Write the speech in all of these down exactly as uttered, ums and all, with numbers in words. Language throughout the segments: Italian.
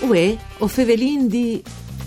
Uè, o Fevelin di...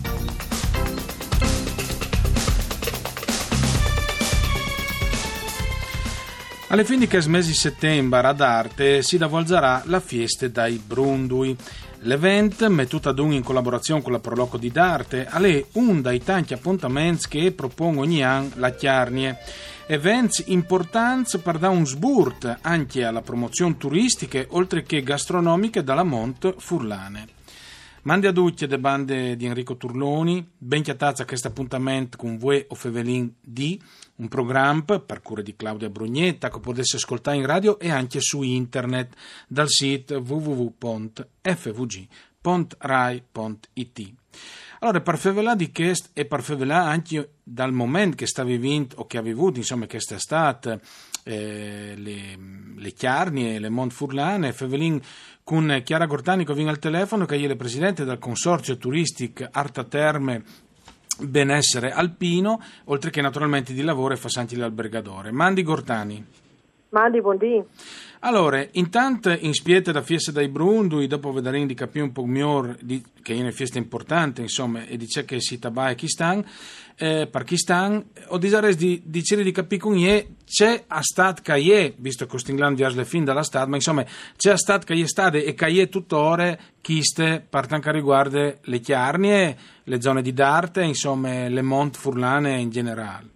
Alle fine di questo mese di settembre ad Arte si svolgerà la Fiesta dai Brundui. L'evento, mettuto ad un in collaborazione con la Proloco di d'Arte, è uno dei tanti appuntamenti che propone ogni anno la Chiarnie. Eventi importanti per dare un sburt anche alla promozione turistica, oltre che gastronomiche, dalla Mont Furlane. Mandi a tutti le bande di Enrico Turloni, ben chiatazza a questo appuntamento con voi o Fevelin D, un programma per cura di Claudia Brugnetta che potesse ascoltare in radio e anche su internet dal sito w w w punto f v g punto rai punto i t. Allora, per fevelà di questo e per fevelà anche dal momento che sta vivendo o che ha vivuto, insomma, questa estate, eh, le, le Chiarnie e le Mont Furlane, Fevelin con Chiara Gortani che viene al telefono, che è la presidente del consorzio turistico Arta Terme Benessere Alpino, oltre che naturalmente di lavoro e fa santi l'albergadore. Mandi Gortani. Mandi, buondì. Allora, intanto in spiete da Fiesta dai Brundui, dopo vedremo di capire un po' meglio di, che è una fiesta importante, insomma, e dice che si tabai Pakistan, eh, Pakistan, ho disarres di dire di capire con ie, c'è a stat che è, visto che Stingland viaggia le fin dalla stat, ma insomma, c'è a stat che è stade e che è tuttora chiste per tanto riguarda le Chiarnie, le zone di d'arte, insomma, le Mont Furlane in generale.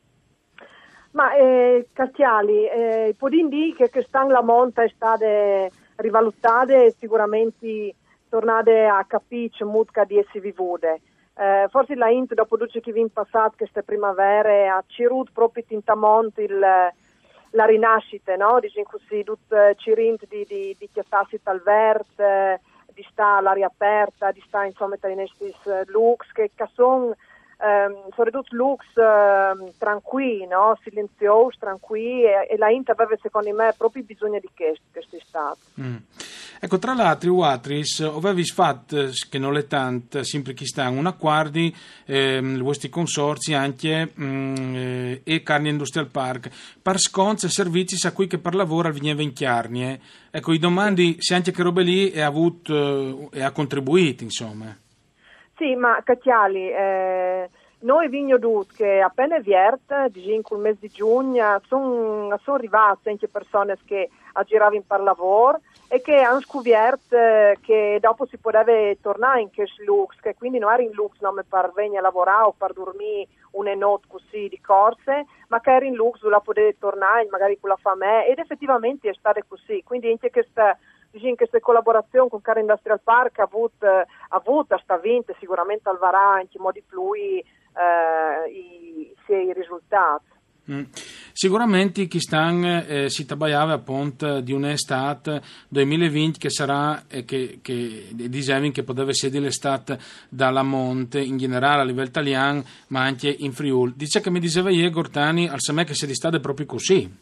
Ma eh, Cattiali, eh, podin dire che quest'anno la monta è stata rivalutata e sicuramente tornate a capire mutka di essi vivude. Eh, forse la Int dopo duce che vi in passato queste primavere ha cirut proprio in Tamont il, la rinascita, no? Diciamo così, tutto cirint di, di, di chiattarsi al verde, di sta all'aria aperta, di sta insomma tra i nostri lux che, che sono Um, soprattutto lux um, tranquilli, no? Silenziosi, tranquilli e, e la Int aveva secondo me proprio bisogno di questo quest'estate. Mm. Ecco, tra l'altro Uatris avevi fatto, che non è tanto, sempre chi sta, un accordo ehm, i vostri consorzi anche mm, eh, e Carni Industrial Park per sconti e servizi a cui che per lavoro al Vigneve in Chiarnie. Ecco, i domandi se anche che robe lì è avuto eh, e ha contribuito, insomma. Sì, ma Cattiali, eh, noi vigno dut che appena viert, in quel mese di giugno, sono son arrivate anche persone che giravano per lavoro e che hanno scoperto eh, che dopo si poteva tornare in questo lux, che quindi non era in lux non per venire a lavorare o per dormire una notte così di corse, ma che era in lux dove poter tornare magari con la famiglia ed effettivamente è stato così, quindi anche questa in questa collaborazione con Carni Industrial Park ha avuto, ha avuto sta vinta sicuramente al varà in che modi plui eh, i, sia i risultati. Mm. Sicuramente chi stanno eh, si tabaiava appunto di un'estate duemilaventi che sarà eh, che, che dicevi che poteva essere l'estate dalla Monte in generale a livello italiano ma anche in Friuli. Dice che mi diceva ieri Gortani al Samè che sia di stare proprio così.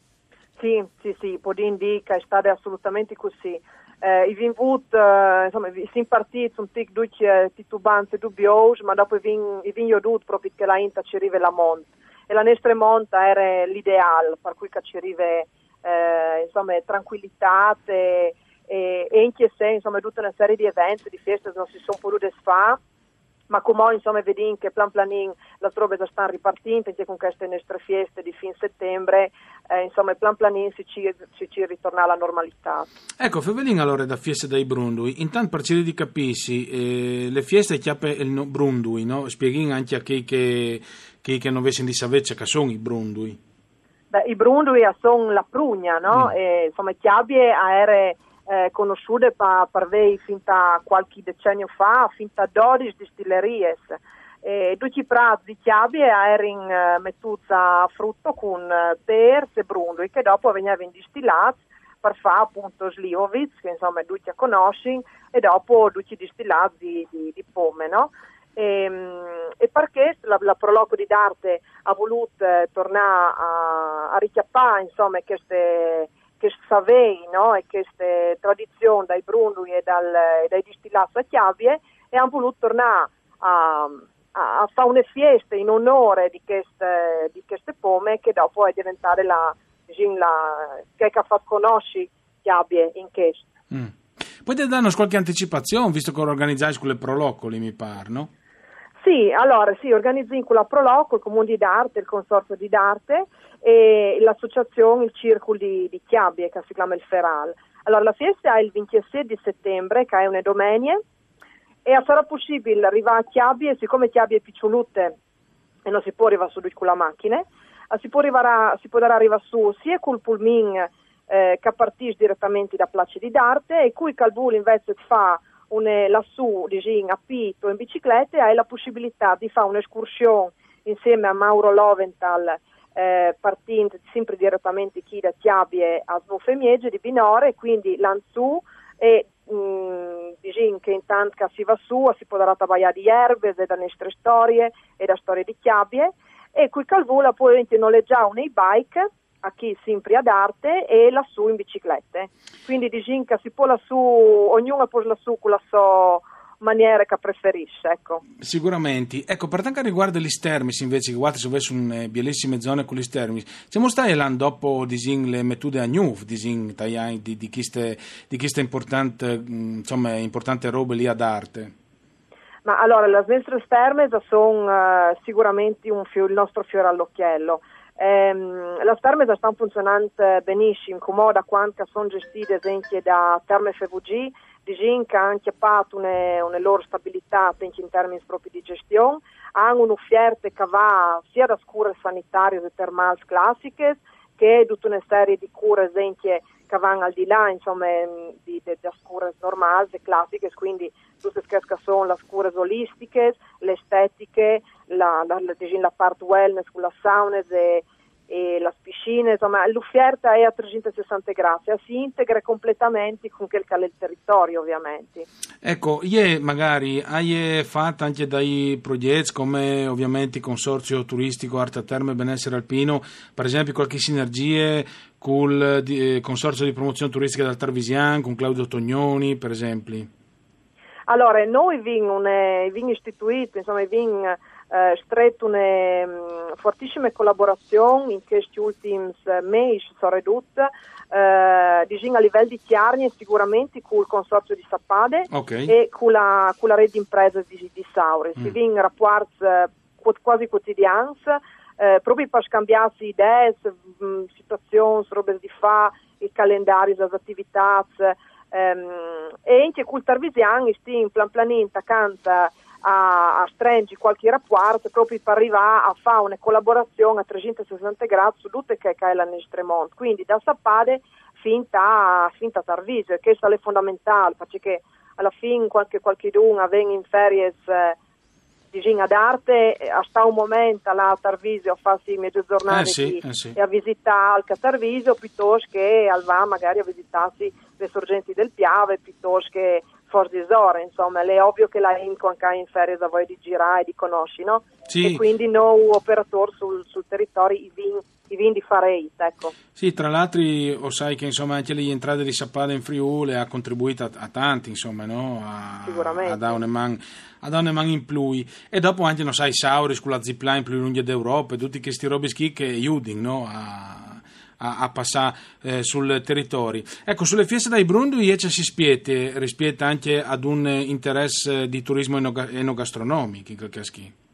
Sì, sì, sì, podin dire che è stato assolutamente così. Eh, I vinvut, eh, insomma, si impartiti un tic duce titubanze dubbiosi, ma dopo i vin iodut proprio che la Inta ci arriva la Mont. E la nostra monta era l'ideale, per cui che ci arriva, eh, insomma, tranquillità e, e, e anche se, insomma, tutta una serie di eventi, di feste non si sono potute fare, ma come insomma vedi che plan planin la roba già stanno ripartendo anche con queste nostre feste di fin settembre, eh, insomma plan planin si ci, si ci ritorna alla normalità. Ecco, Fevelin allora da Fiesta dai Brundui, intanto per cercare di capisci eh, le feste chiappe il no, Brundui, no? Spieghi anche a chi che, chi che non avessero di sapere che sono i Brundui. Beh, i Brundui sono la prugna, no? Mm. E, insomma chiabbie aeree Eh, conosciute per, per voi fin da qualche decennio fa, fin da dodici distillerie. E tutti i prati di chiavi erano eh, mettuti a frutto con eh, per e brundui che dopo venivano distillati per fare appunto slivovitz, che insomma tutti conosci, e dopo tutti distillati di, di, di pomme, no? E, e perché la, la Proloco di d'Arte ha voluto eh, tornare a, a richiappare insomma queste che savei, no? E queste tradizioni dai brundui e, dal, e dai distillati a chiabbie e hanno voluto tornare a, a, a fare una festa in onore di queste, di queste pomme che dopo è diventata la, la che ha fatto conoscere chiabbie in questo. Mm. Potete darnos qualche anticipazione, visto che organizzate quelle prolocoli, mi pare, no? Sì, allora, sì, organizziamo con la Proloco, il Comune di Darte, il Consorzio di Darte e l'associazione, il Circolo di, di Chiabbie, che si chiama il Feral. Allora, la festa è il ventisei di settembre, che è una domenica, e sarà possibile arrivare a Chiabbie, siccome Chiabbie è picciolute e non si può arrivare su con la macchina, si può arrivare, si può arrivare su sia col pulmin eh, che partisce direttamente da Place di Darte e cui Calvul invece fa una, lassù diciamo, a Pito in bicicletta hai la possibilità di fare un'escursione insieme a Mauro Loventhal eh, partendo sempre direttamente chi da Chiabbie a Svofemiege di Binore, quindi lansù e mh, diciamo che intanto che si va su si può dare a tagliare di erbe e da nostre storie e da storie di Chiabbie e qui Calvula poi noleggiare nei bike a chi sempre ad arte e lassù in biciclette, quindi diciamo che si può lassù, ognuno può lassù con la sua maniera che preferisce, ecco. Sicuramente. Ecco, per quanto riguarda gli stermis invece, che guardate se avessi un bellissime zone con gli stermis, siamo stati là dopo disin, le metode a Nuv, disin, di, di queste di queste importante, insomma, importante robe lì ad arte. Ma allora, le nostre sterme sono uh, sicuramente un fio, il nostro fiore all'occhiello. Ehm, la Terme stanno funzionando benissimo, come da quanto sono gestite anche da Terme F V G, diciamo che hanno fatto una, una loro stabilità anche in termini proprio di gestione, hanno un'offerta che va sia da cure sanitarie e termali classiche che tutta una serie di cure anche che vanno al di là insomma di, di, di cure normali e classiche, quindi tutte quelle che sono le cure olistiche, le estetiche, la, la, la, la parte wellness con la sauna e, e le piscine, insomma l'offerta è a trecentosessanta gradi, si integra completamente con quel che è il territorio ovviamente. Ecco, io magari hai fatto anche dai progetti come ovviamente il Consorzio Turistico Arte Terme e Benessere Alpino, per esempio qualche sinergie con il eh, Consorzio di Promozione Turistica del Tarvisian, con Claudio Tognoni per esempio? Allora, noi abbiamo istituito, insomma, abbiamo eh, stretto una um, fortissima collaborazione in questi ultimi mesi, soprattutto, eh, diciamo a livello di Chiarnie sicuramente con il Consorzio di Sappade okay. e con la, con la rete di imprese di, di Saure. Mm. Si abbiamo rapporti eh, quasi quotidiani, eh, proprio per scambiarsi idee, mh, situazioni, robe di fa, i calendari, le attività. Um, e anche col Tarvisian stiamo plan planenta canta a, a stringere qualche rapporto proprio per arrivare a fare una collaborazione a trecentosessanta gradi su tutte che è la nostra mondo, quindi da Sappade finta finta Tarvisio, che è fondamentale perché alla fine qualche qualche d'una viene in ferie eh, diciamo ad arte a sta un momento là a Tarvisio a farsi mezze giornate eh sì, di, eh sì. e a visitare il Tarvisio piuttosto che al va magari a visitarsi le sorgenti del Piave piuttosto che Forza di Zora, insomma, è ovvio che la Inco anche in ferie da voi di girare e di conosci, no? Sì. E quindi noi operatori sul, sul territorio i vin, i vin di Fareit, ecco. Sì, tra l'altro o sai che insomma anche le entrate di Sappada in Friuli ha contribuito a, a tanti, insomma, no? A, Sicuramente. A dare una man, a dare una man in più. E dopo anche, non sai, Sauris con la zipline più lunga d'Europa e tutti questi robe schi che aiutano, no? A, a, a passare eh, sul territorio. Ecco, sulle feste dai Brundui ci si spiete, rispetto anche ad un interesse di turismo enogastronomico, in quel caso.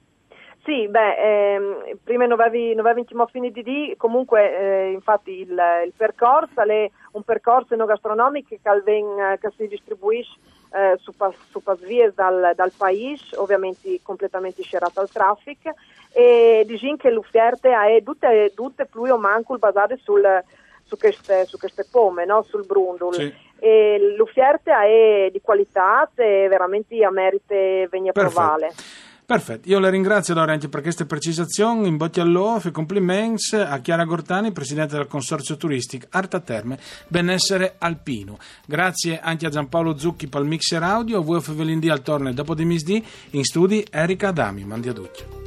Sì, beh, ehm, prima non avevi, non avevi finito di dire, comunque eh, infatti il, il percorso è un percorso enogastronomico che, ven, che si distribuisce eh, su, su vie dal, dal paese, ovviamente completamente scerrato al traffico, e diciamo che l'offerta è tutte, tutte più o manco basate sul, su queste, su queste pomme, no? Sul Brundul. Sì. E l'offerta è di qualità e veramente a merito venire a provare. Perfetto, io le ringrazio Laurenti per queste precisazioni, in bocca al lupo e complimenti a Chiara Gortani, Presidente del Consorzio Turistico Arte Terme Benessere Alpino. Grazie anche a Giampaolo Zucchi per il mixer audio, a voi Fevelindì al torneo dopo di misdì, in studi Erika Adami, mandi a tutti.